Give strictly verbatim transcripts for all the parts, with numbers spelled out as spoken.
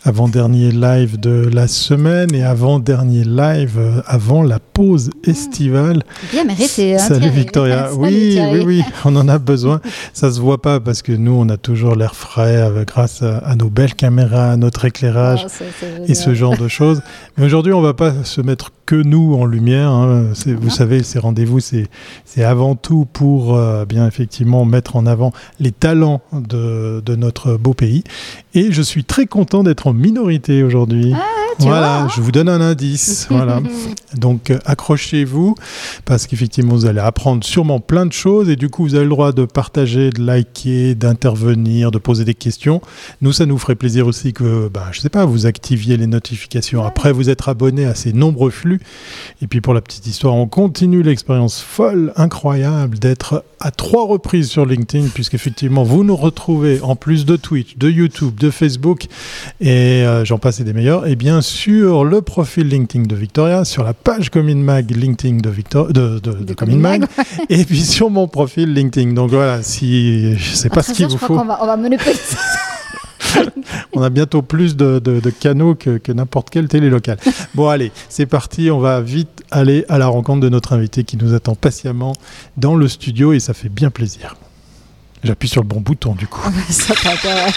Avant-dernier live de la semaine et avant-dernier live euh, avant la pause estivale. Bien mérité. Hein, Salut Thierry. Victoria. Salut, oui, Thierry. oui, oui, on en a besoin. Ça se voit pas parce que nous, on a toujours l'air frais euh, grâce à, à nos belles caméras, à notre éclairage Oh, c'est, c'est et ce genre de choses. Mais aujourd'hui, on va pas se mettre que nous en lumière. Hein. C'est, vous savez, ces rendez-vous, c'est, c'est avant tout pour euh, bien effectivement mettre en avant les talents de, de notre beau pays. Et je suis très content d'être en minorité aujourd'hui. Ah, tu voilà, vois, hein. je vous donne un indice. Voilà. Donc, euh, accrochez-vous parce qu'effectivement, vous allez apprendre sûrement plein de choses et du coup, vous avez le droit de partager, de liker, d'intervenir, de poser des questions. Nous, ça nous ferait plaisir aussi que, bah, je sais pas, vous activiez les notifications. Après, vous êtes abonné à ces nombreux flux. Et puis, pour la petite histoire, on continue l'expérience folle, incroyable d'être à trois reprises sur LinkedIn puisqu'effectivement, vous nous retrouvez en plus de Twitch, de YouTube, de Facebook et euh, j'en passe et des meilleurs. Et bien sur le profil LinkedIn de Victoria, sur la page Comin Mag LinkedIn de, Victor, de, de, de, de Comin Mag, et puis sur mon profil LinkedIn. Donc voilà, si je sais pas ce qu'il vous faut. On va, on va monopoliser. On a bientôt plus de, de, de canaux que, que n'importe quelle télé locale. Bon allez, c'est parti, on va vite aller à la rencontre de notre invité qui nous attend patiemment dans le studio et ça fait bien plaisir. J'appuie sur le bon bouton du coup. Ça t'intéresse.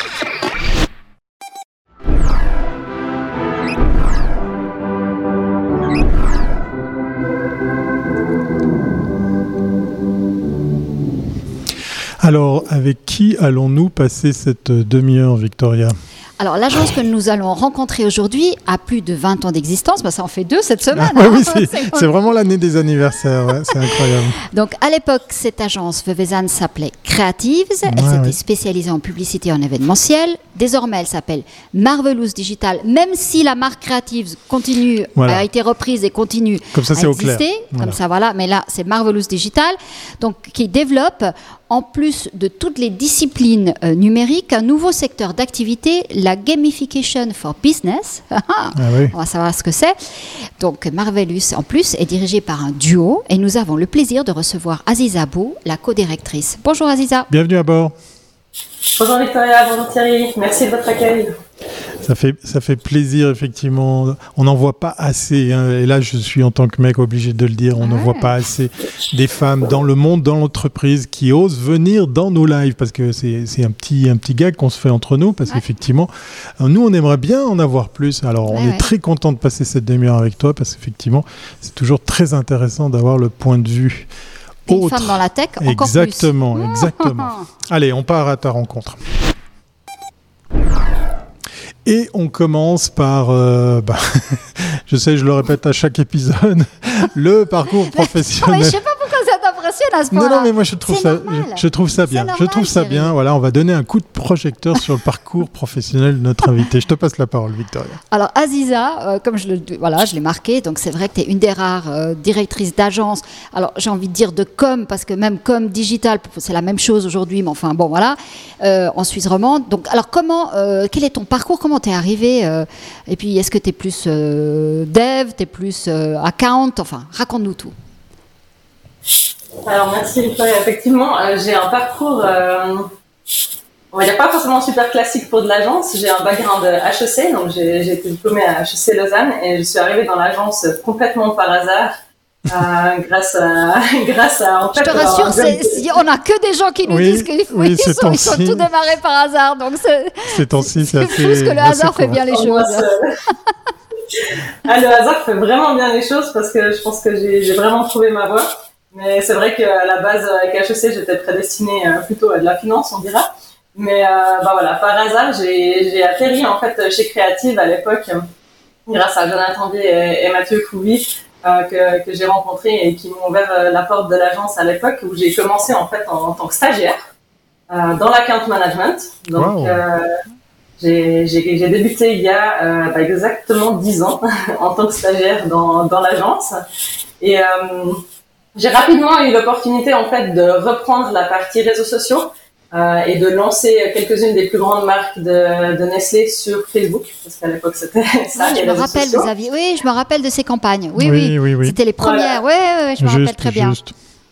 Alors, avec qui allons-nous passer cette demi-heure, Victoria ? Alors, l'agence que nous allons rencontrer aujourd'hui a plus de vingt ans d'existence. Ben, ça en fait deux cette semaine. Ah, hein. oui, c'est, c'est vraiment l'année des anniversaires. Ouais, c'est incroyable. Donc, à l'époque, cette agence Vevezan s'appelait Creatives. Elle Ouais, s'était ouais. spécialisée en publicité et en événementiel. Désormais, elle s'appelle Marvelous Digital. Même si la marque Creatives continue, Voilà. a été reprise et continue Comme ça, à c'est au clair. exister. Voilà. Comme ça, voilà. Mais là, c'est Marvelous Digital. Donc, qui développe, en plus de toutes les disciplines euh, numériques, un nouveau secteur d'activité, la gamification for business. Ah oui. On va savoir ce que c'est. Donc, Marvelous, en plus, est dirigé par un duo et nous avons le plaisir de recevoir Aziza Bou, la co-directrice. Bonjour Aziza. Bienvenue à bord. Bonjour Victoria, bonjour Thierry, merci de votre accueil. Ça fait, ça fait plaisir, effectivement. On n'en voit pas assez. Hein. Et là, je suis en tant que mec obligé de le dire. On n'en Ouais. voit pas assez des femmes dans le monde, dans l'entreprise, qui osent venir dans nos lives. Parce que c'est, c'est un, petit, un petit gag qu'on se fait entre nous. Parce Ouais. qu'effectivement, nous, on aimerait bien en avoir plus. Alors, on Ouais, est ouais. très content de passer cette demi-heure avec toi. Parce qu'effectivement, c'est toujours très intéressant d'avoir le point de vue Une autre. femme dans la tech, encore Exactement, plus. exactement. Allez, on part à ta rencontre. Et on commence par, euh, bah, je sais, je le répète à chaque épisode, le parcours Non, professionnel. mais je sais pas pourquoi ça t'impressionne à ce Non, point-là. non, mais moi je trouve C'est ça, normal. je, je trouve ça C'est bien. normal, je trouve ça Thierry. bien. Voilà, on va donner un coup de projecteur sur le parcours professionnel de notre invité. Je te passe la parole, Victoria. Alors Aziza, euh, comme je le, voilà, je l'ai marqué, donc c'est vrai que tu es une des rares euh, directrices d'agence. Alors j'ai envie de dire de com, parce que même com digital, c'est la même chose aujourd'hui, mais enfin bon voilà, euh, en Suisse romande. Donc alors comment, euh, quel est ton parcours, comment tu es arrivée euh, et puis est-ce que tu es plus euh, dev, tu es plus euh, account, enfin raconte-nous tout. Alors merci Victoria, effectivement euh, j'ai un parcours, euh, on va dire pas forcément super classique pour de l'agence, j'ai un background H E C, donc j'ai, j'ai été diplômée à H E C Lausanne et je suis arrivée dans l'agence complètement par hasard. Euh, grâce à, grâce à, en Je fait, te rassure, un- c'est, c'est- on n'a que des gens qui nous Oui, disent qu'ils oui, ils c'est sont, ils sont temps-ci. tout démarrés par hasard, donc c'est, Ces temps-ci, c'est c'est assez. fou ce que le assez hasard fait courant. bien les On choses. doit se- ah, le hasard fait vraiment bien les choses parce que je pense que j'ai, j'ai vraiment trouvé ma voie. Mais c'est vrai qu'à la base, avec H E C, j'étais prédestinée euh, plutôt à de la finance, on dira. Mais euh, bah voilà, par hasard, j'ai, j'ai atterri en fait chez Creative à l'époque, grâce à Jonathan Bier et, et Mathieu Couvi, euh, que, que j'ai rencontrés et qui m'ont ouvert euh, la porte de l'agence à l'époque, où j'ai commencé en fait en, en tant que stagiaire euh, dans l'account management. Donc Wow. euh, j'ai, j'ai, j'ai débuté il y a euh, bah, exactement dix ans en tant que stagiaire dans, dans l'agence. Et euh, j'ai rapidement eu l'opportunité en fait de reprendre la partie réseaux sociaux euh, et de lancer quelques-unes des plus grandes marques de, de Nestlé sur Facebook, parce qu'à l'époque c'était ça. Oui, les je me réseaux rappelle, sociaux. vous aviez, oui, je me rappelle de ces campagnes. Oui, Oui, oui, oui, oui. C'était les premières. Oui, oui, oui, je me Juste, rappelle très bien. juste.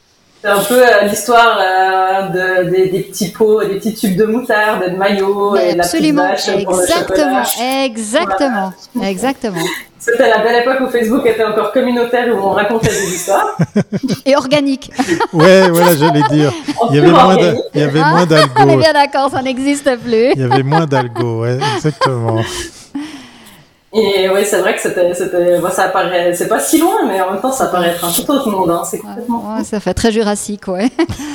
C'est un peu euh, l'histoire euh, de, des, des petits pots, des petits tubes de moutarde, de maillot Mais et de la petite absolument, vache pour le exactement, chocolat. exactement, voilà. exactement. C'était la belle époque où Facebook était encore communautaire, où on racontait des histoires. Et organique. Ouais, voilà, j'allais dire. Il y avait moins, de, il y avait Ah, moins d'algo. on est bien d'accord, ça n'existe plus. Il y avait moins d'algo, ouais, exactement. Et oui, c'est vrai que c'était, c'était, bon, ça paraît, c'est pas si loin, mais en même temps, ça paraît être un tout autre monde. Hein. C'est complètement. Ouais, ça fait très jurassique, ouais.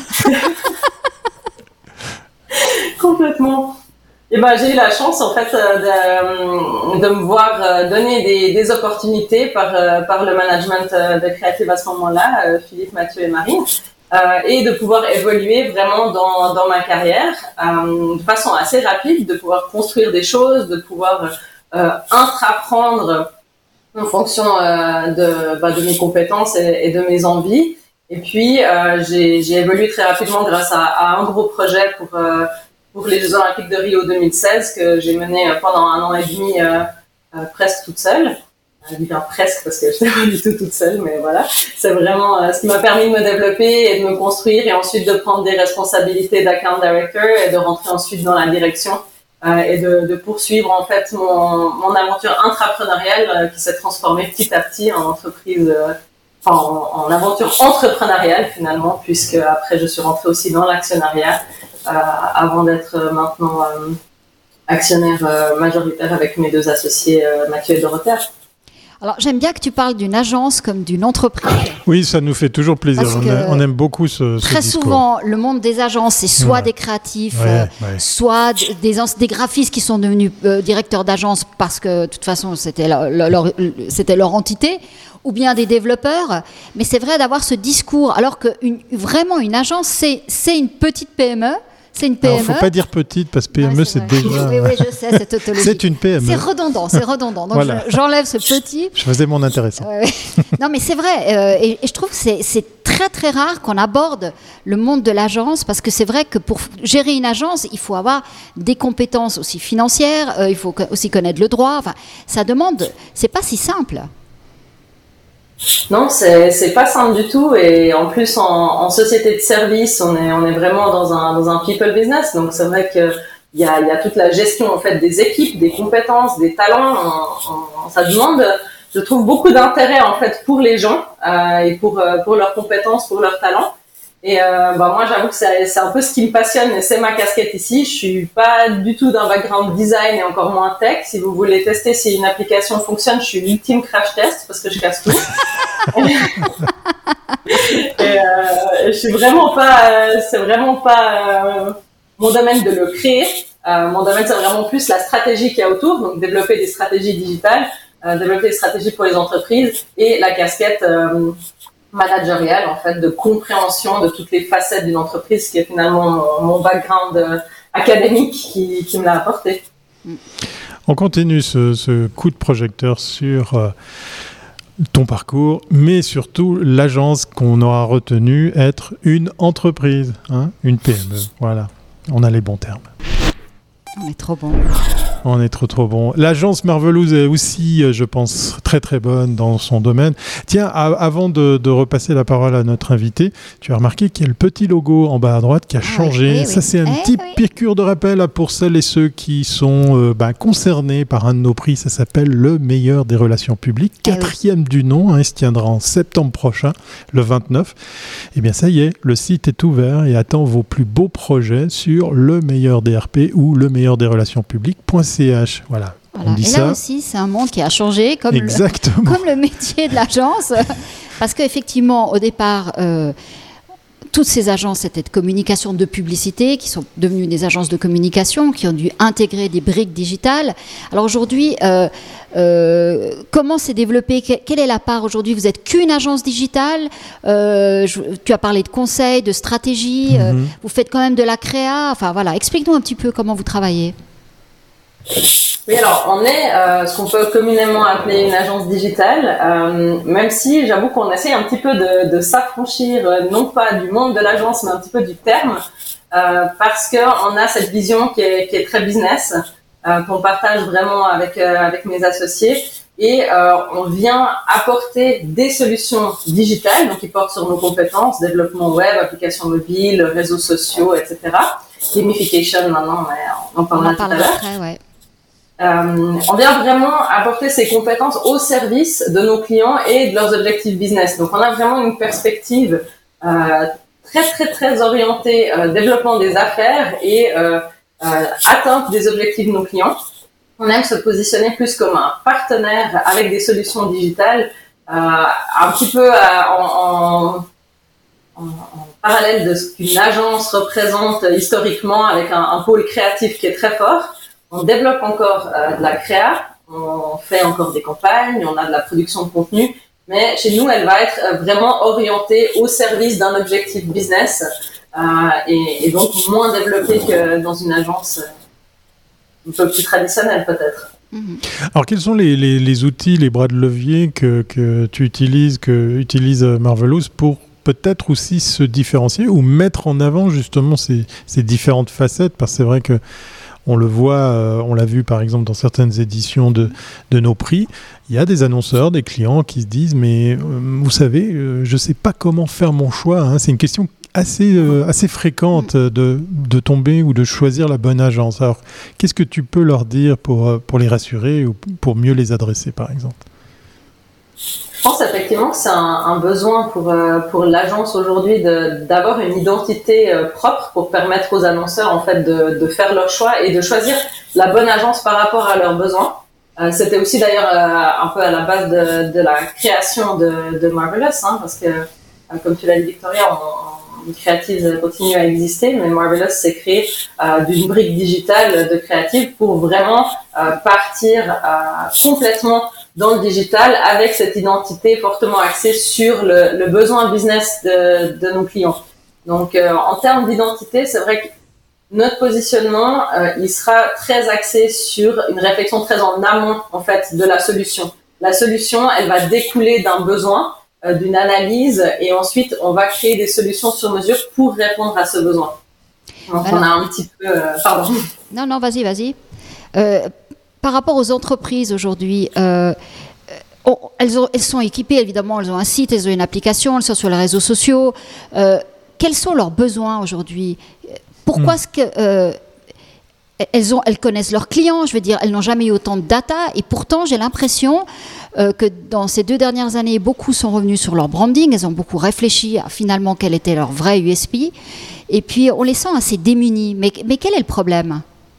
Complètement. Et ben, j'ai eu la chance, en fait, de, de me voir donner des, des opportunités par, par le management de Creative à ce moment-là, Philippe, Mathieu et Marine, euh, et de pouvoir évoluer vraiment dans, dans ma carrière euh, de façon assez rapide, de pouvoir construire des choses, de pouvoir euh, intraprendre en fonction euh, de, bah, de mes compétences et, et de mes envies. Et puis, euh, j'ai, j'ai évolué très rapidement grâce à, à un gros projet pour... Euh, pour les Jeux Olympiques de Rio deux mille seize que j'ai mené pendant un an et demi euh, euh, presque toute seule. Je dis bien presque parce que je n'étais pas du tout toute seule, mais voilà. C'est vraiment euh, ce qui m'a permis de me développer et de me construire et ensuite de prendre des responsabilités d'account director et de rentrer ensuite dans la direction euh, et de, de poursuivre en fait mon, mon aventure intrapreneuriale euh, qui s'est transformée petit à petit en entreprise, euh, enfin en, en aventure entrepreneuriale finalement, puisque après je suis rentrée aussi dans l'actionnariat. Euh, avant d'être euh, maintenant euh, actionnaire euh, majoritaire avec mes deux associés euh, Mathieu et Dorothée. Alors j'aime bien que tu parles d'une agence comme d'une entreprise. Oui, ça nous fait toujours plaisir. On, a, on aime beaucoup ce, ce très discours. Très souvent, le monde des agences, c'est soit ouais. des créatifs, ouais, euh, ouais. soit des, des graphistes qui sont devenus euh, directeurs d'agence parce que de toute façon c'était leur, leur, c'était leur entité, ou bien des développeurs. Mais c'est vrai d'avoir ce discours, alors que une, vraiment une agence, c'est, c'est une petite P M E. C'est une P M E. Il ne faut pas dire petite parce que P M E, non, c'est, c'est déjà... Oui, oui, je sais, c'est tautologique. C'est une P M E. C'est redondant, c'est redondant. Donc, voilà. je, j'enlève ce petit. Je faisais mon intéressant. Euh, non, mais c'est vrai. Euh, et, et je trouve que c'est, c'est très, très rare qu'on aborde le monde de l'agence parce que c'est vrai que pour gérer une agence, il faut avoir des compétences aussi financières, euh, il faut aussi connaître le droit. Enfin, ça demande... C'est pas si simple. Non, c'est c'est pas simple du tout et en plus en, en société de service, on est on est vraiment dans un dans un people business, donc c'est vrai que il y a il y a toute la gestion en fait des équipes, des compétences, des talents. On, on, ça demande, je trouve, beaucoup d'intérêt en fait pour les gens euh, et pour pour leurs compétences, pour leurs talents. Et euh, bah moi, j'avoue que c'est c'est un peu ce qui me passionne et c'est ma casquette ici. Je suis pas du tout d'un background design et encore moins tech. Si vous voulez tester si une application fonctionne, je suis l'ultime crash test parce que je casse tout. et euh, je suis vraiment pas, euh, c'est vraiment pas euh, mon domaine de le créer. Euh, mon domaine, c'est vraiment plus la stratégie qu'il y a autour, donc développer des stratégies digitales, euh, développer des stratégies pour les entreprises et la casquette euh, managériale, en fait, de compréhension de toutes les facettes d'une entreprise, qui est finalement mon, mon background euh, académique qui, qui me l'a apporté. On continue ce, ce coup de projecteur sur euh, ton parcours, mais surtout l'agence qu'on aura retenue être une entreprise, hein, une P M E. Voilà, on a les bons termes. On est trop bon. On est trop trop bon. L'agence Marvelouse est aussi, je pense, très très bonne dans son domaine. Tiens, a- avant de, de repasser la parole à notre invité, tu as remarqué qu'il y a le petit logo en bas à droite qui a changé. Oui, oui, Ça, oui. c'est une eh, petite oui. piqûre de rappel pour celles et ceux qui sont euh, ben, concernés par un de nos prix. Ça s'appelle le meilleur des relations publiques. Eh, Quatrième oui. du nom, hein, il se tiendra en septembre prochain, le vingt-neuf. Eh bien, ça y est, le site est ouvert et attend vos plus beaux projets sur le meilleur D R P ou le meilleur des relations publiques.ch. Voilà. Voilà. On dit et ça. là aussi, c'est un monde qui a changé, comme, Exactement. Le, comme le métier de l'agence. Parce qu'effectivement, au départ, euh, toutes ces agences étaient de communication, de publicité, qui sont devenues des agences de communication, qui ont dû intégrer des briques digitales. Alors aujourd'hui, euh, euh, comment s'est développé ? Quelle est la part aujourd'hui ? Vous êtes qu'une agence digitale. Euh, je, tu as parlé de conseils, de stratégie. Mm-hmm. euh, vous faites quand même de la créa. Enfin voilà, explique-nous un petit peu comment vous travaillez. Oui, alors on est euh, ce qu'on peut communément appeler une agence digitale, euh, même si j'avoue qu'on essaye un petit peu de, de s'affranchir, euh, non pas du monde de l'agence, mais un petit peu du terme, euh, parce que on a cette vision qui est, qui est très business, euh, qu'on partage vraiment avec euh, avec mes associés, et euh, on vient apporter des solutions digitales, donc qui portent sur nos compétences, développement web, applications mobiles, réseaux sociaux, et cetera. Gamification maintenant, mais on en parlera tout à l'heure. Après, ouais. Euh, on vient vraiment apporter ces compétences au service de nos clients et de leurs objectifs business. Donc on a vraiment une perspective euh, très très très orientée euh, développement des affaires et euh, euh, atteinte des objectifs de nos clients. On aime se positionner plus comme un partenaire avec des solutions digitales, euh, un petit peu euh, en, en, en, en parallèle de ce qu'une agence représente historiquement, avec un, un pôle créatif qui est très fort. On développe encore euh, de la créa, on fait encore des campagnes, on a de la production de contenu, mais chez nous, elle va être vraiment orientée au service d'un objectif business euh, et, et donc moins développée que dans une agence un peu plus traditionnelle peut-être. Alors quels sont les, les, les outils, les bras de levier que, que tu utilises, que utilise Marvelous pour peut-être aussi se différencier ou mettre en avant justement ces, ces différentes facettes, parce que c'est vrai que on le voit, euh, on l'a vu par exemple dans certaines éditions de, de nos prix, il y a des annonceurs, des clients qui se disent mais euh, vous savez, euh, je ne sais pas comment faire mon choix, hein. C'est une question assez, euh, assez fréquente de, de tomber ou de choisir la bonne agence. Alors qu'est-ce que tu peux leur dire pour, pour les rassurer ou pour mieux les adresser par exemple ? Je pense effectivement que c'est un, un besoin pour, euh, pour l'agence aujourd'hui de, d'avoir une identité euh, propre pour permettre aux annonceurs en fait de, de faire leur choix et de choisir la bonne agence par rapport à leurs besoins. Euh, c'était aussi d'ailleurs euh, un peu à la base de, de la création de, de Marvelous, hein, parce que euh, comme tu l'as dit Victoria, on, on, Creative continue à exister, mais Marvelous s'est créé euh, d'une brique digitale de Creative pour vraiment euh, partir euh, complètement dans le digital avec cette identité fortement axée sur le, le besoin business de, de nos clients. Donc, euh, en termes d'identité, c'est vrai que notre positionnement, euh, il sera très axé sur une réflexion très en amont, en fait, de la solution. La solution, elle va découler d'un besoin, euh, d'une analyse, et ensuite, on va créer des solutions sur mesure pour répondre à ce besoin. Donc, alors, on a un petit peu... Euh, pardon. Non, non, vas-y, vas-y. Euh, Par rapport aux entreprises aujourd'hui, euh, oh, elles, ont, elles sont équipées, évidemment, elles ont un site, elles ont une application, elles sont sur les réseaux sociaux. Euh, quels sont leurs besoins aujourd'hui ? Pourquoi mmh. est-ce que... Euh, elles, ont, elles connaissent leurs clients, je veux dire, elles n'ont jamais eu autant de data, et pourtant j'ai l'impression euh, que dans ces deux dernières années, beaucoup sont revenus sur leur branding, elles ont beaucoup réfléchi à finalement quel était leur vrai U S P, et puis on les sent assez démunis. Mais, mais quel est le problème ?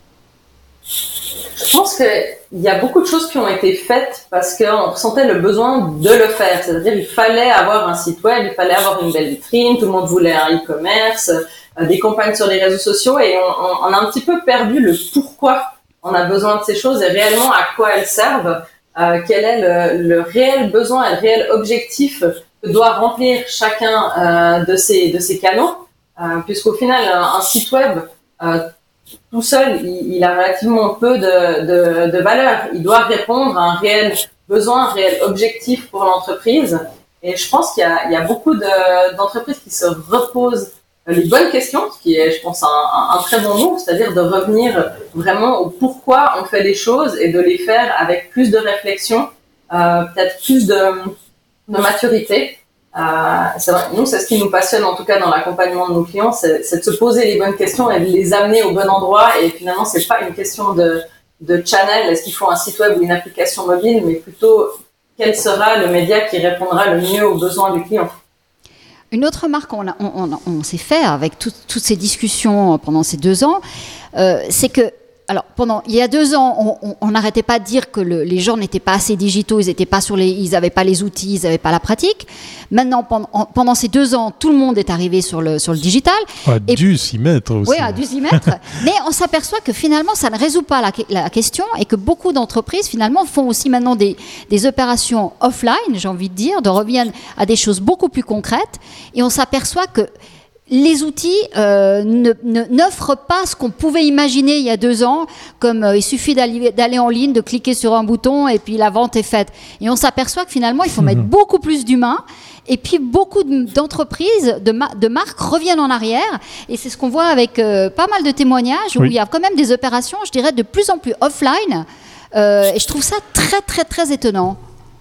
Je pense qu'il y a beaucoup de choses qui ont été faites parce qu'on ressentait le besoin de le faire. C'est-à-dire qu'il fallait avoir un site web, il fallait avoir une belle vitrine, tout le monde voulait un e-commerce, euh, des campagnes sur les réseaux sociaux, et on, on, on a un petit peu perdu le pourquoi on a besoin de ces choses et réellement à quoi elles servent, euh, quel est le, le réel besoin et le réel objectif que doit remplir chacun euh, de ces, de ces canaux, euh, puisqu'au final, un, un site web... Euh, tout seul, il, il a relativement peu de, de, de valeur. Il doit répondre à un réel besoin, un réel objectif pour l'entreprise. Et je pense qu'il y a, il y a beaucoup de, d'entreprises qui se reposent les bonnes questions, ce qui est, je pense, un, un très bon mot, c'est-à-dire de revenir vraiment au pourquoi on fait les choses et de les faire avec plus de réflexion, euh, peut-être plus de, de maturité. Euh, c'est vrai, nous, c'est ce qui nous passionne en tout cas dans l'accompagnement de nos clients, c'est, c'est de se poser les bonnes questions et de les amener au bon endroit. Et finalement, c'est pas une question de, de channel, est-ce qu'il faut un site web ou une application mobile, mais plutôt quel sera le média qui répondra le mieux aux besoins du client. Une autre remarque qu'on a, on, on, on s'est fait avec tout, toutes ces discussions pendant ces deux ans, euh, c'est que alors, pendant, il y a deux ans, on n'arrêtait pas de dire que le, les gens n'étaient pas assez digitaux, ils n'avaient pas, pas les outils, ils n'avaient pas la pratique. Maintenant, pendant, pendant ces deux ans, tout le monde est arrivé sur le, sur le digital. A et, dû s'y mettre aussi. Oui, a dû s'y mettre. Mais on s'aperçoit que finalement, ça ne résout pas la, la question et que beaucoup d'entreprises, finalement, font aussi maintenant des, des opérations offline, j'ai envie de dire, de reviennent à des choses beaucoup plus concrètes. Et on s'aperçoit que les outils euh, ne, ne, n'offrent pas ce qu'on pouvait imaginer il y a deux ans, comme euh, il suffit d'aller, d'aller en ligne, de cliquer sur un bouton et puis la vente est faite. Et on s'aperçoit que finalement, il faut mettre beaucoup plus d'humains. Et puis, beaucoup d'entreprises, de, ma- de marques reviennent en arrière. Et c'est ce qu'on voit avec euh, pas mal de témoignages où oui. il y a quand même des opérations, je dirais, de plus en plus offline. Euh, et je trouve ça très, très, très étonnant.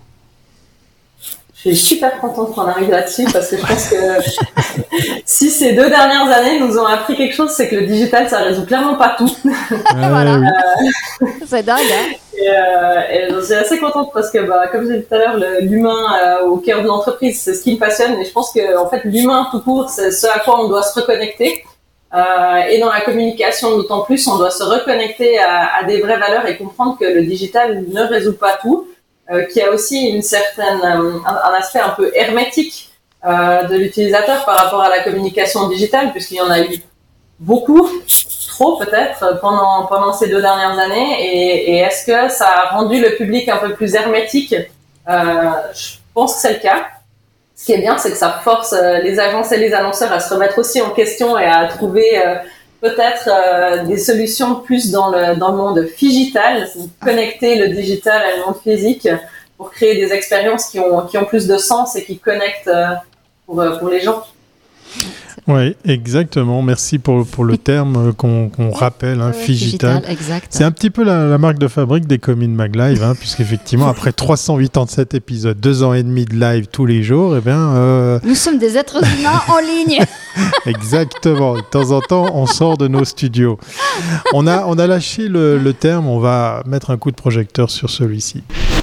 Je suis super contente qu'on arrive là-dessus parce que je pense que si ces deux dernières années nous ont appris quelque chose, c'est que le digital, ça résout clairement pas tout. Ah, voilà. Euh... C'est dingue, hein. Et, euh, et je suis assez contente parce que, bah, comme j'ai dit tout à l'heure, le, l'humain euh, au cœur de l'entreprise, c'est ce qui me passionne. Et je pense que, en fait, l'humain tout court, c'est ce à quoi on doit se reconnecter. Euh, et dans la communication, d'autant plus, on doit se reconnecter à, à des vraies valeurs et comprendre que le digital ne résout pas tout. Euh, qu'il y a aussi une certaine, euh, un, un aspect un peu hermétique euh, de l'utilisateur par rapport à la communication digitale, puisqu'il y en a eu beaucoup, trop peut-être, pendant pendant ces deux dernières années. Et, et est-ce que ça a rendu le public un peu plus hermétique ? euh, Je pense que c'est le cas. Ce qui est bien, c'est que ça force euh, les agences et les annonceurs à se remettre aussi en question et à trouver euh, peut-être euh, des solutions plus dans le dans le monde digital, connecter le digital à le monde physique pour créer des expériences qui ont qui ont plus de sens et qui connectent euh, pour pour les gens. Oui, exactement. Merci pour, pour le terme qu'on, qu'on rappelle, hein, ouais, Figital. Exact. C'est un petit peu la, la marque de fabrique des Comin Mag Live, hein, puisqu'effectivement, après trois cent quatre-vingt-sept épisodes, deux ans et demi de live tous les jours, eh bien... Euh... Nous sommes des êtres humains en ligne. Exactement. De temps en temps, on sort de nos studios. On a, on a lâché le, le terme, on va mettre un coup de projecteur sur celui-ci.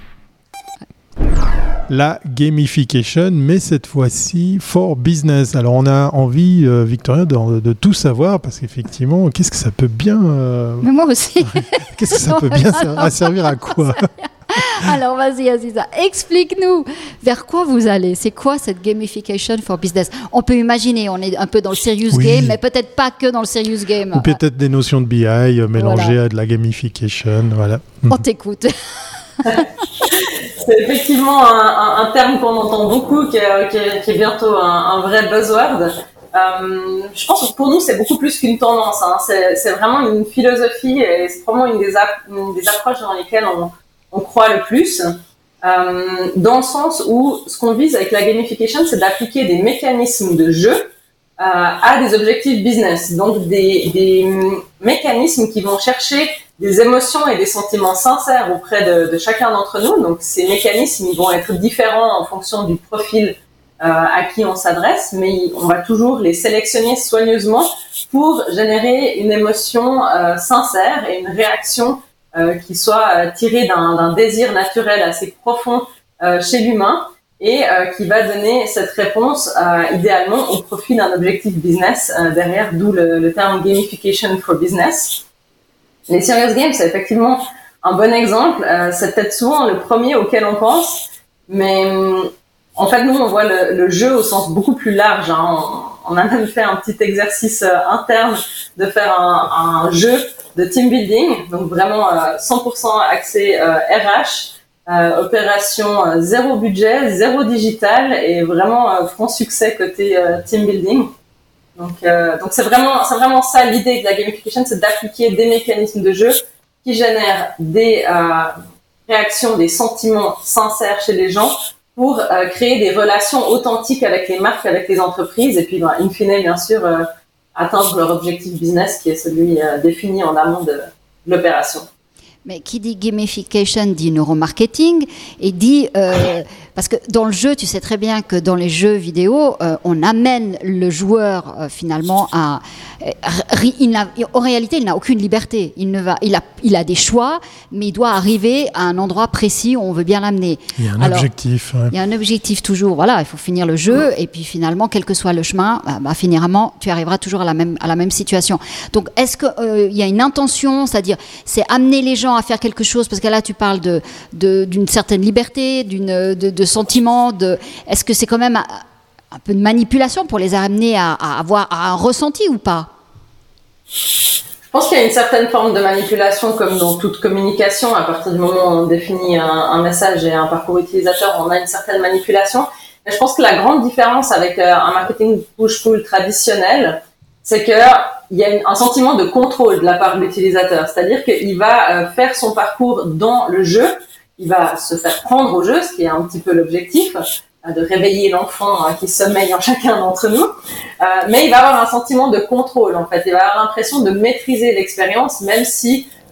La gamification, mais cette fois-ci for business. Alors on a envie, euh, Victoria, de, de tout savoir parce qu'effectivement, qu'est-ce que ça peut bien... Euh... Mais moi aussi. Qu'est-ce que ça peut bien ser- à servir à quoi ? Alors vas-y Aziza, explique-nous vers quoi vous allez. C'est quoi cette gamification for business ? On peut imaginer, on est un peu dans le serious oui. game, mais peut-être pas que dans le serious game. Ou peut-être des notions de B I euh, mélangées voilà. à de la gamification. Voilà. On t'écoute. C'est effectivement un, un, un terme qu'on entend beaucoup, qui est, qui est, qui est bientôt un, un vrai buzzword. Euh, je pense que pour nous, c'est beaucoup plus qu'une tendance. Hein. C'est, c'est vraiment une philosophie et c'est vraiment une des, ap- une des approches dans lesquelles on, on croit le plus. Euh, dans le sens où ce qu'on vise avec la gamification, c'est d'appliquer des mécanismes de jeu euh, à des objectifs business. Donc des, des mécanismes qui vont chercher des émotions et des sentiments sincères auprès de, de chacun d'entre nous. Donc, ces mécanismes, ils vont être différents en fonction du profil euh, à qui on s'adresse, mais on va toujours les sélectionner soigneusement pour générer une émotion euh, sincère et une réaction euh, qui soit euh, tirée d'un, d'un désir naturel assez profond euh, chez l'humain et euh, qui va donner cette réponse euh, idéalement au profit d'un objectif business euh, derrière, d'où le, le terme gamification for business. Les serious games, c'est effectivement un bon exemple. Euh, c'est peut-être souvent le premier auquel on pense, mais en fait, nous, on voit le, le jeu au sens beaucoup plus large. Hein. On, on a même fait un petit exercice euh, interne de faire un, un jeu de team building, donc vraiment euh, cent pour cent axé euh, R H, euh, opération euh, zéro budget, zéro digital et vraiment euh, franc succès côté euh, team building. Donc, euh, donc c'est vraiment, c'est vraiment ça l'idée de la gamification, c'est d'appliquer des mécanismes de jeu qui génèrent des euh, réactions, des sentiments sincères chez les gens pour euh, créer des relations authentiques avec les marques, avec les entreprises, et puis, ben, in fine, bien sûr, euh, atteindre leur objectif business qui est celui euh, défini en amont de, de l'opération. Mais qui dit gamification dit neuromarketing et dit euh, parce que dans le jeu, tu sais très bien que dans les jeux vidéo, euh, on amène le joueur euh, finalement à euh, il n'a, en réalité, il n'a aucune liberté. Il ne va, il a, il a des choix, mais il doit arriver à un endroit précis où on veut bien l'amener. Il y a un Alors, objectif. Ouais. Il y a un objectif toujours. Voilà, il faut finir le jeu et puis finalement, quel que soit le chemin, bah, bah, finalement, tu arriveras toujours à la même à la même situation. Donc, est-ce que euh, il y a une intention, c'est-à-dire, c'est amener les gens à faire quelque chose, parce que là tu parles de, de, d'une certaine liberté, d'une, de, de sentiment, de, est-ce que c'est quand même un, un peu de manipulation pour les amener à, à avoir à un ressenti ou pas ? Je pense qu'il y a une certaine forme de manipulation comme dans toute communication. À partir du moment où on définit un, un message et un parcours utilisateur, on a une certaine manipulation. Mais je pense que la grande différence avec euh, un marketing push-pull traditionnel, c'est que il y a une, un sentiment de contrôle de la part de l'utilisateur. C'est-à-dire qu'il va euh, faire son parcours dans le jeu, il va se faire prendre au jeu, ce qui est un petit peu l'objectif, euh, de réveiller l'enfant euh, qui sommeille en chacun d'entre nous. Euh, mais il va avoir un sentiment de contrôle, en fait. Il va avoir l'impression de maîtriser l'expérience, même si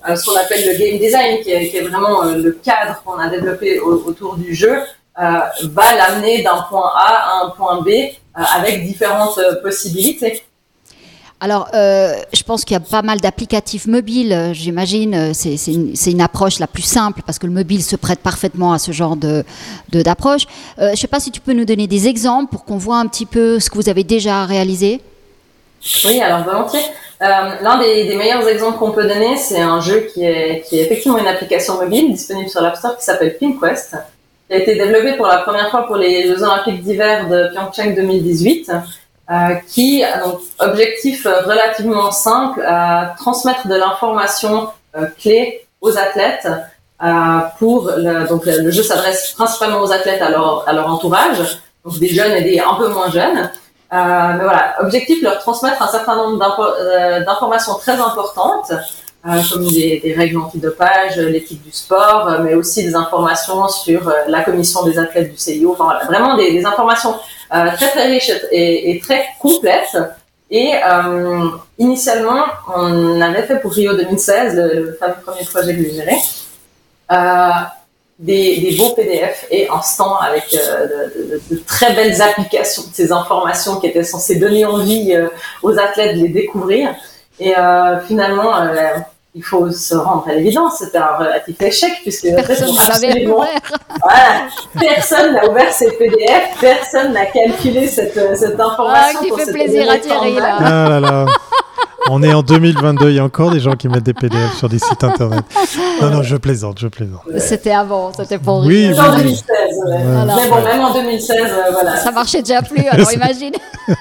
euh, ce qu'on appelle le game design, qui est, qui est vraiment euh, le cadre qu'on a développé au, autour du jeu, euh, va l'amener d'un point A à un point B euh, avec différentes euh, possibilités. Alors, euh, je pense qu'il y a pas mal d'applicatifs mobiles, j'imagine. C'est, c'est, une, c'est une approche la plus simple parce que le mobile se prête parfaitement à ce genre de, de, d'approche. Euh, je ne sais pas si tu peux nous donner des exemples pour qu'on voit un petit peu ce que vous avez déjà réalisé. Oui, alors volontiers. Euh, l'un des, des meilleurs exemples qu'on peut donner, c'est un jeu qui est, qui est effectivement une application mobile disponible sur l'App Store qui s'appelle PinQuest, qui a été développé pour la première fois pour les Jeux Olympiques d'hiver de Pyeongchang deux mille dix-huit. Euh, qui a donc objectif euh, relativement simple, euh, transmettre de l'information euh, clé aux athlètes. Euh, pour le, donc le jeu s'adresse principalement aux athlètes à leur, à leur entourage, donc des jeunes et des un peu moins jeunes. Euh, mais voilà, objectif leur transmettre un certain nombre d'info- euh, d'informations très importantes, euh, comme des, des règles antidopage, l'éthique du sport, euh, mais aussi des informations sur euh, la commission des athlètes du C I O. Enfin voilà, vraiment des, des informations Euh, très très riche et, et très complète. Et euh, initialement, on avait fait pour Rio deux mille seize, le, le fameux premier projet que j'ai géré, euh, des, des beaux P D F et un stand avec euh, de, de, de très belles applications de ces informations qui étaient censées donner envie euh, aux athlètes de les découvrir. Et euh, finalement, euh, il faut se rendre à l'évidence, c'était un relatif échec puisque personne ne l'avait ouvert. Voilà, personne n'a ouvert ces P D F, personne n'a calculé cette, cette information. Ah, qui fait plaisir à Thierry là. Ah là là. On est en deux mille vingt-deux, il y a encore des gens qui mettent des P D F sur des sites internet. Non, non, je plaisante, je plaisante. C'était avant, c'était pour oui, rire. En oui, deux mille seize, ouais. Ouais. Voilà. Mais bon, même en deux mille seize, euh, voilà. Ça marchait déjà plus, alors imagine.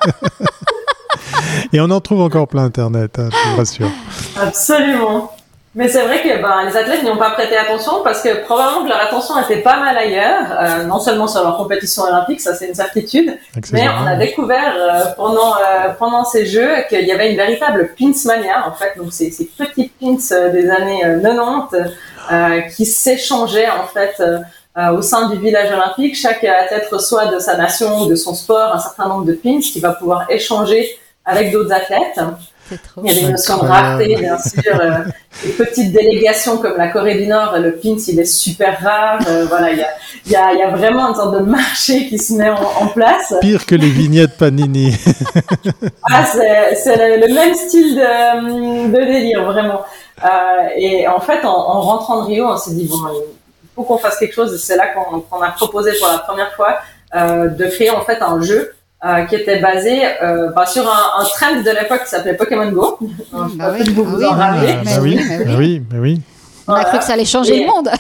Et on en trouve encore plein Internet, hein, je vous rassure. Absolument. Mais c'est vrai que ben, les athlètes n'y ont pas prêté attention parce que probablement que leur attention était pas mal ailleurs, euh, non seulement sur leur compétition olympique, ça c'est une certitude, mais on a découvert euh, pendant euh, pendant ces Jeux qu'il y avait une véritable pinsmania en fait, donc ces, ces petits pins euh, des années euh, quatre-vingt-dix euh, qui s'échangeaient en fait euh, euh, au sein du village olympique. Chaque athlète reçoit de sa nation ou de son sport un certain nombre de pins qu'il va pouvoir échanger avec d'autres athlètes. Il y a des notions de rareté, bien sûr. Euh, les petites délégations comme la Corée du Nord, le pins, il est super rare. Euh, voilà, il y a, il y a, il y a vraiment une sorte de marché qui se met en, en place. Pire que les vignettes Panini. Ah, c'est, c'est le, le même style de, de délire, vraiment. Euh, et en fait, en, en rentrant de Rio, on s'est dit, bon, il faut qu'on fasse quelque chose. Et c'est là qu'on, qu'on a proposé pour la première fois euh, de créer en fait un jeu Euh, qui était basé euh, bah, sur un, un trend de l'époque qui s'appelait Pokémon Go. Bah oui, oui, vous vous en Ah, rappelez. bah oui, bah oui, bah oui. On a cru que ça allait changer Et... le monde.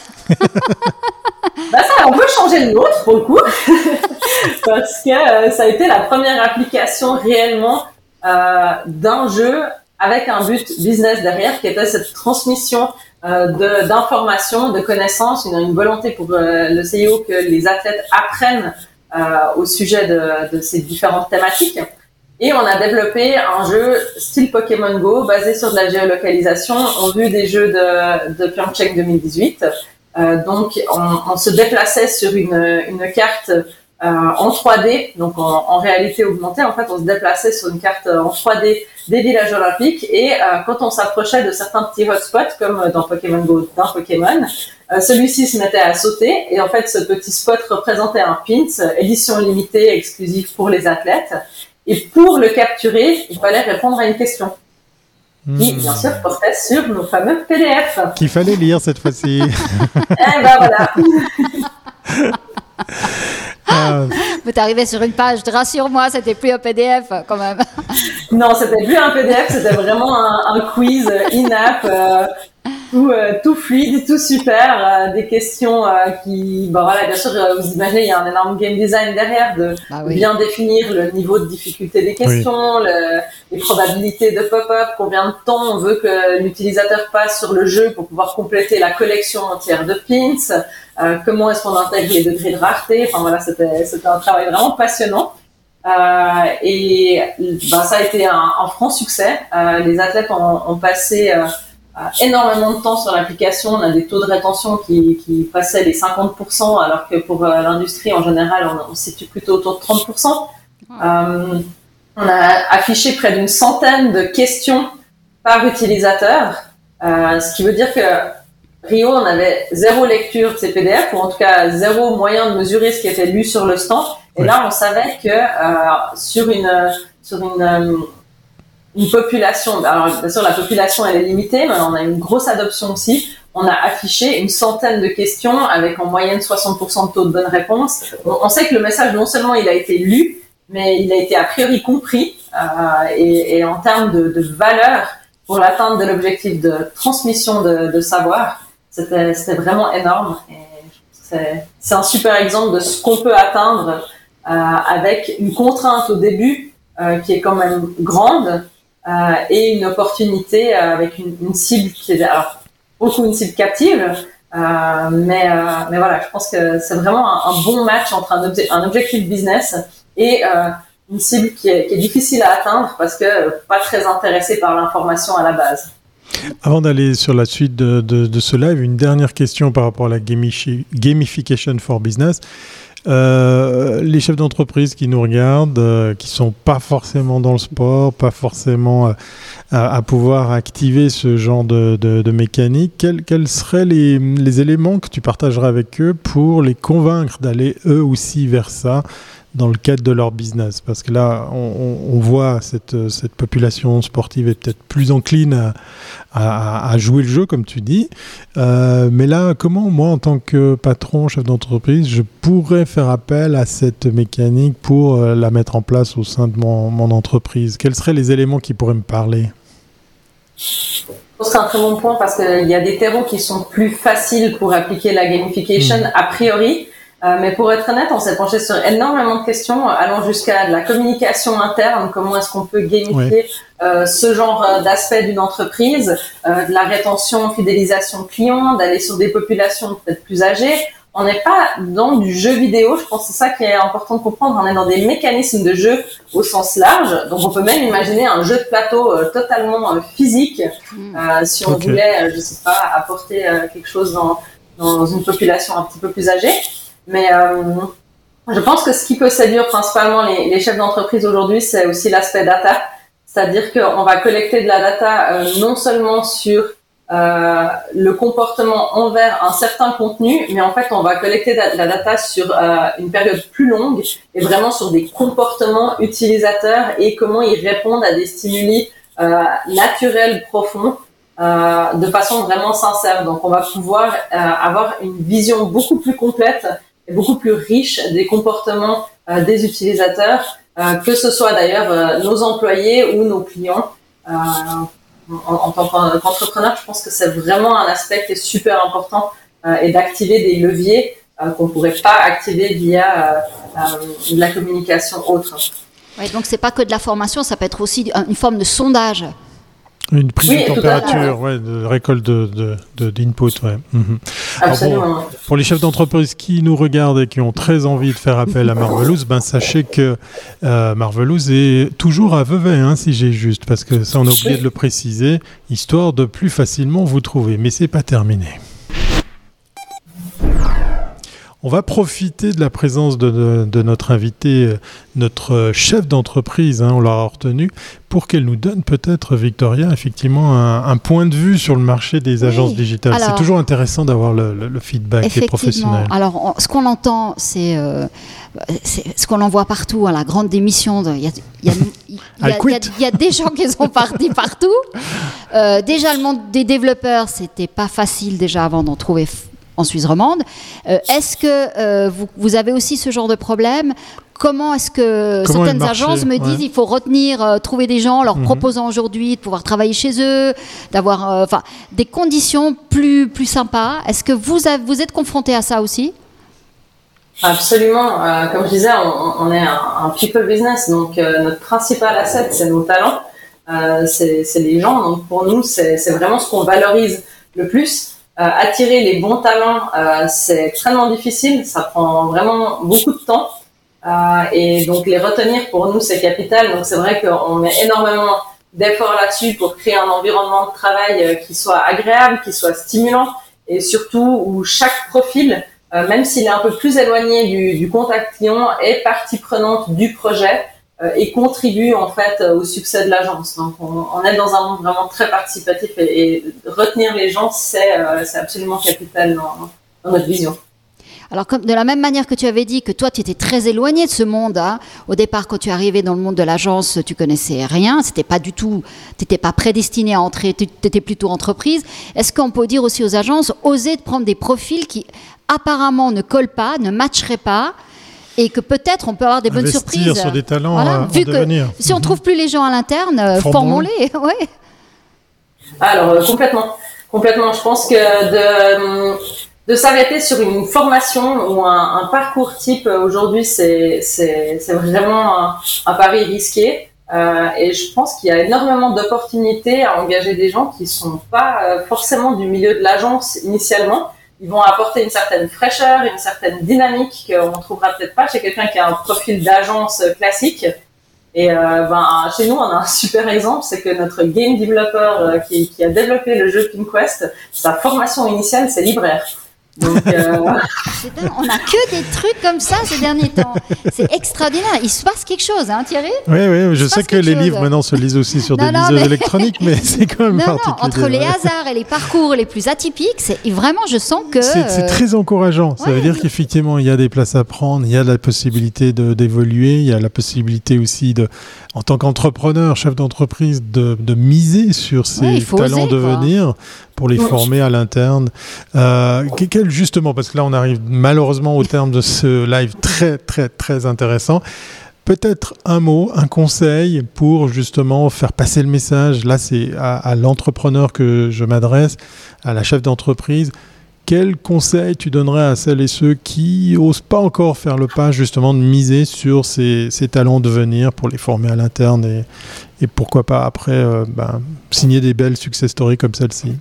Bah ça, on peut changer le nôtre pour le coup, parce que euh, ça a été la première application réellement euh, d'un jeu avec un but business derrière, qui était cette transmission euh, de, d'informations, de connaissances, une, une volonté pour euh, le C I O que les athlètes apprennent Euh, au sujet de, de ces différentes thématiques. Et on a développé un jeu style Pokémon Go basé sur de la géolocalisation. On a vu des jeux de, de Pyeongchang deux mille dix-huit. Euh, donc, on, on se déplaçait sur une, une carte euh, en trois D, donc en, en réalité augmentée. En fait, on se déplaçait sur une carte en trois D des villages olympiques. Et euh, quand on s'approchait de certains petits hotspots, comme dans Pokémon Go, d'un Pokémon, Euh, celui-ci se mettait à sauter et en fait ce petit spot représentait un pins, édition limitée, exclusive pour les athlètes. Et pour le capturer, il fallait répondre à une question qui, mmh. bien sûr, portait sur nos fameux P D F. Qu'il fallait lire cette fois-ci. Eh ben voilà. Ah. Vous t'arrivez sur une page, rassure-moi, c'était plus un P D F quand même. Non, c'était plus un P D F, c'était vraiment un, un quiz in-app, euh, tout, euh, tout fluide, tout super, euh, des questions euh, qui, bah voilà, bien sûr, vous imaginez, il y a un énorme game design derrière de bah oui. bien définir le niveau de difficulté des questions, oui. le, les probabilités de pop-up, combien de temps on veut que l'utilisateur passe sur le jeu pour pouvoir compléter la collection entière de pins, euh, comment est-ce qu'on intègre les degrés de rareté, enfin voilà, c'était, c'était un travail vraiment passionnant. Euh, et ben, ça a été un, un franc succès. Euh, les athlètes ont, ont passé euh, énormément de temps sur l'application. On a des taux de rétention qui, qui passaient les cinquante pour cent, alors que pour euh, l'industrie en général, on, on se situe plutôt autour de trente pour cent. Euh, on a affiché près d'une centaine de questions par utilisateur. Euh, ce qui veut dire que Rio, on avait zéro lecture de ces P D F, ou en tout cas zéro moyen de mesurer ce qui était lu sur le stand. Et ouais. Là, on savait que euh, sur une sur une une population, alors bien sûr la population elle est limitée, mais on a une grosse adoption aussi. On a affiché une centaine de questions avec en moyenne soixante pour cent de taux de bonne réponse. On, on sait que le message non seulement il a été lu, mais il a été a priori compris euh, et, et en termes de, de valeur pour l'atteinte de l'objectif de transmission de, de savoir, c'était, c'était vraiment énorme. Et c'est, c'est un super exemple de ce qu'on peut atteindre euh, avec une contrainte au début euh, qui est quand même grande euh, et une opportunité euh, avec une, une cible qui est alors beaucoup une cible captive. Euh, mais, euh, mais voilà, je pense que c'est vraiment un, un bon match entre un, obje- un objectif business et euh, une cible qui est, qui est difficile à atteindre parce que euh, pas très intéressée par l'information à la base. Avant d'aller sur la suite de, de, de ce live, une dernière question par rapport à la gamifi- gamification for business. Euh, les chefs d'entreprise qui nous regardent, euh, qui sont pas forcément dans le sport, pas forcément euh, à, à pouvoir activer ce genre de, de, de mécanique, quels, quels seraient les, les éléments que tu partagerais avec eux pour les convaincre d'aller eux aussi vers ça dans le cadre de leur business? Parce que là, on, on voit cette, cette population sportive est peut-être plus encline à, à, à jouer le jeu, comme tu dis. Euh, mais là, comment moi, en tant que patron, chef d'entreprise, je pourrais faire appel à cette mécanique pour euh, la mettre en place au sein de mon, mon entreprise? Quels seraient les éléments qui pourraient me parler? Je pense que c'est un très bon point parce qu'il y a des terreaux qui sont plus faciles pour appliquer la gamification mmh. a priori. Euh, mais pour être honnête, on s'est penché sur énormément de questions, allant jusqu'à de la communication interne, comment est-ce qu'on peut gamifier ouais. euh, ce genre d'aspect d'une entreprise, euh, de la rétention, fidélisation client, d'aller sur des populations peut-être plus âgées. On n'est pas dans du jeu vidéo, je pense que c'est ça qui est important de comprendre, on est dans des mécanismes de jeu au sens large, donc on peut même imaginer un jeu de plateau euh, totalement euh, physique, euh, si on okay. voulait, euh, je sais pas, apporter euh, quelque chose dans, dans une population un petit peu plus âgée. Mais euh, je pense que ce qui peut séduire principalement les, les chefs d'entreprise aujourd'hui, c'est aussi l'aspect data. C'est-à-dire qu'on va collecter de la data euh, non seulement sur euh, le comportement envers un certain contenu, mais en fait, on va collecter de la data sur euh, une période plus longue et vraiment sur des comportements utilisateurs et comment ils répondent à des stimuli euh, naturels, profonds. Euh, de façon vraiment sincère. Donc, on va pouvoir euh, avoir une vision beaucoup plus complète et beaucoup plus riche des comportements euh, des utilisateurs, euh, que ce soit d'ailleurs euh, nos employés ou nos clients. Euh, en, en tant qu'entrepreneur, je pense que c'est vraiment un aspect qui est super important euh, et d'activer des leviers euh, qu'on ne pourrait pas activer via euh, euh, de la communication autre. Oui, donc, c'est pas que de la formation, ça peut être aussi une forme de sondage. Une prise oui, de température, ouais, de récolte de, de, de, d'input. Ouais. Mm-hmm. Absolument. Bon, pour les chefs d'entreprise qui nous regardent et qui ont très envie de faire appel à Marvelous, ben, sachez que euh, Marvelous est toujours à Vevey, hein, si j'ai juste, parce que ça, on a oublié oui. de le préciser, histoire de plus facilement vous trouver. Mais c'est pas terminé. On va profiter de la présence de, de, de notre invité, notre chef d'entreprise, hein, on l'a retenu, pour qu'elle nous donne peut-être, Victoria, effectivement, un, un point de vue sur le marché des agences oui. digitales. Alors, c'est toujours intéressant d'avoir le, le, le feedback des professionnels. Alors, on, ce qu'on entend, c'est, euh, c'est ce qu'on en voit partout, hein, la grande démission. Il y a, y a, y a, y a, y a des gens qui sont partis partout. Euh, déjà, le monde des développeurs, c'était pas facile déjà avant d'en trouver en Suisse romande. Euh, est-ce que euh, vous, vous avez aussi ce genre de problème? Comment est-ce que Comment certaines agences me disent ouais. il faut retenir, euh, trouver des gens, leur mm-hmm. proposant aujourd'hui de pouvoir travailler chez eux, d'avoir euh, enfin, des conditions plus, plus sympas. Est-ce que vous, avez, vous êtes confronté à ça aussi? Absolument. Euh, comme je disais, on, on est un, un people business, donc euh, notre principal asset, c'est nos talents, euh, c'est, c'est les gens. Donc pour nous, c'est, c'est vraiment ce qu'on valorise le plus. Euh, attirer les bons talents, euh, c'est extrêmement difficile, ça prend vraiment beaucoup de temps euh, et donc les retenir pour nous c'est capital. Donc c'est vrai qu'on met énormément d'efforts là-dessus pour créer un environnement de travail euh, qui soit agréable, qui soit stimulant et surtout où chaque profil, euh, même s'il est un peu plus éloigné du, du contact client, est partie prenante du projet euh, et contribuent en fait au succès de l'agence. Donc on, on est dans un monde vraiment très participatif et, et retenir les gens, c'est, euh, c'est absolument capital dans, dans notre vision. Alors, comme, de la même manière que tu avais dit que toi, tu étais très éloigné de ce monde, hein. Au départ, quand tu es arrivé dans le monde de l'agence, tu connaissais rien, c'était pas du tout, tu n'étais pas prédestiné à entrer, tu étais plutôt entreprise. Est-ce qu'on peut dire aussi aux agences, oser de prendre des profils qui apparemment ne collent pas, ne matcheraient pas, et que peut-être on peut avoir des bonnes Investir surprises. Investir sur des talents voilà. à, Vu à devenir. Que, si on ne trouve plus les gens à l'interne, formons-les. Ouais. Alors, euh, complètement. Complètement. Je pense que de... de s'arrêter sur une formation ou un, un parcours type aujourd'hui, c'est, c'est, c'est vraiment un, un pari risqué. Euh, et je pense qu'il y a énormément d'opportunités à engager des gens qui sont pas euh, forcément du milieu de l'agence initialement. Ils vont apporter une certaine fraîcheur, une certaine dynamique qu'on ne trouvera peut-être pas chez quelqu'un qui a un profil d'agence classique. Et euh, ben, chez nous, on a un super exemple, c'est que notre game developer euh, qui, qui a développé le jeu PinQuest, sa formation initiale, c'est libraire. Donc, euh... c'est dingue. On n'a que des trucs comme ça ces derniers temps. C'est extraordinaire. Il se passe quelque chose, hein, Thierry ? Oui, oui, je sais que les chose. livres maintenant se lisent aussi sur non, des non, liseuses mais... électroniques, mais c'est quand même non, particulier. Non, entre les hasards et les parcours les plus atypiques, c'est vraiment, je sens que... C'est, c'est très encourageant. Ça ouais, veut dire mais... qu'effectivement, il y a des places à prendre, il y a la possibilité de, d'évoluer, il y a la possibilité aussi, de, en tant qu'entrepreneur, chef d'entreprise, de, de miser sur ces ouais, talents de venir pour les former à l'interne. Euh, quel justement, parce que là on arrive malheureusement au terme de ce live très très très intéressant, peut-être un mot, un conseil pour justement faire passer le message, là c'est à, à l'entrepreneur que je m'adresse, à la chef d'entreprise. Quel conseil tu donnerais à celles et ceux qui n'osent pas encore faire le pas justement de miser sur ces, ces talents de venir pour les former à l'interne et, et pourquoi pas après euh, ben, signer des belles success stories comme celle-ci?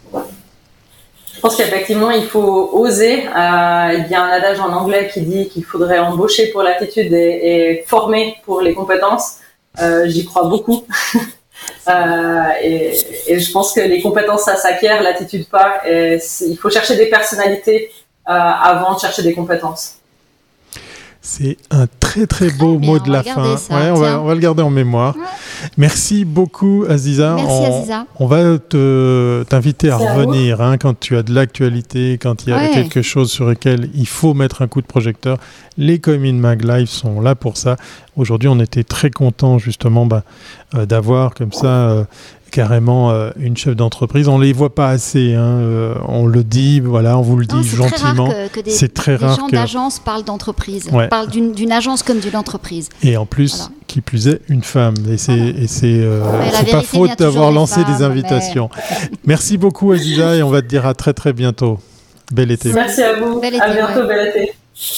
Je pense qu'effectivement, il faut oser. Euh, il y a un adage en anglais qui dit qu'il faudrait embaucher pour l'attitude et, et former pour les compétences. Euh, j'y crois beaucoup. euh, et, et je pense que les compétences, ça s'acquiert, l'attitude pas. Et il faut chercher des personnalités euh, avant de chercher des compétences. C'est un très très beau très mot bien, de la fin. Ça, ouais, on, va, on va le garder en mémoire. Ouais. Merci beaucoup Aziza. Merci on, Aziza. On va te, t'inviter à C'est revenir hein, quand tu as de l'actualité, quand il y a ouais. quelque chose sur lequel il faut mettre un coup de projecteur. Les Comin Mag Live sont là pour ça. Aujourd'hui, on était très contents justement bah, euh, d'avoir comme ça... Euh, carrément euh, une chef d'entreprise. On ne les voit pas assez, hein, euh, on le dit, voilà, on vous le dit non, c'est gentiment. Très rare que, que des, c'est très des rare gens que... d'agence parlent d'entreprise, ouais. parlent d'une, d'une agence comme d'une entreprise. Et en plus, voilà. qui plus est, une femme. Et c'est, voilà. et c'est, euh, c'est pas faute d'avoir lancé femmes, des invitations. Mais... Merci beaucoup Aziza et on va te dire à très très bientôt. Bel été. Merci à vous. Bel été, à bientôt, ouais. Bel été.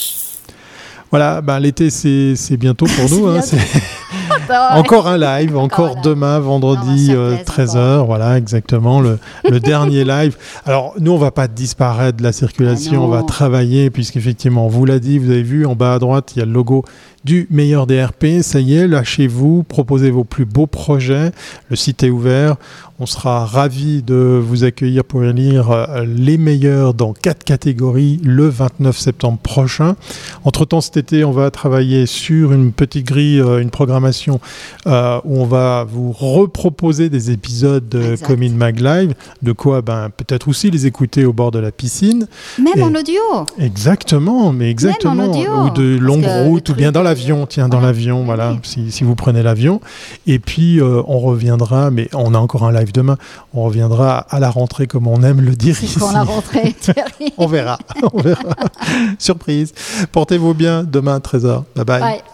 Voilà, bah, l'été c'est, c'est bientôt pour nous. Hein, c'est... Encore un live, encore voilà. demain, vendredi, euh, treize heures, voilà, exactement, le, le dernier live. Alors, nous, on ne va pas disparaître de la circulation, ah on va travailler, puisqu'effectivement, on vous l'a dit, vous avez vu, en bas à droite, il y a le logo du meilleur D R P. Ça y est, lâchez-vous, proposez vos plus beaux projets. Le site est ouvert. On sera ravis de vous accueillir pour lire les meilleurs dans quatre catégories le vingt-neuf septembre prochain. Entre-temps, cet été, on va travailler sur une petite grille, une programmation euh, où on va vous reproposer des épisodes de Comin Mag Live. De quoi ben, peut-être aussi les écouter au bord de la piscine. Même Et en audio. Exactement, mais exactement. Même en audio. Ou de longues routes, ou bien dans l'avion. Tiens, dans ouais. l'avion, oui. voilà, si, si vous prenez l'avion. Et puis, euh, on reviendra, mais on a encore un live demain. On reviendra à la rentrée, comme on aime le dire C'est ici. quand la rentrée, Thierry. on verra, on verra. Surprise. Portez-vous bien, demain, treize heures. Bye bye. Bye.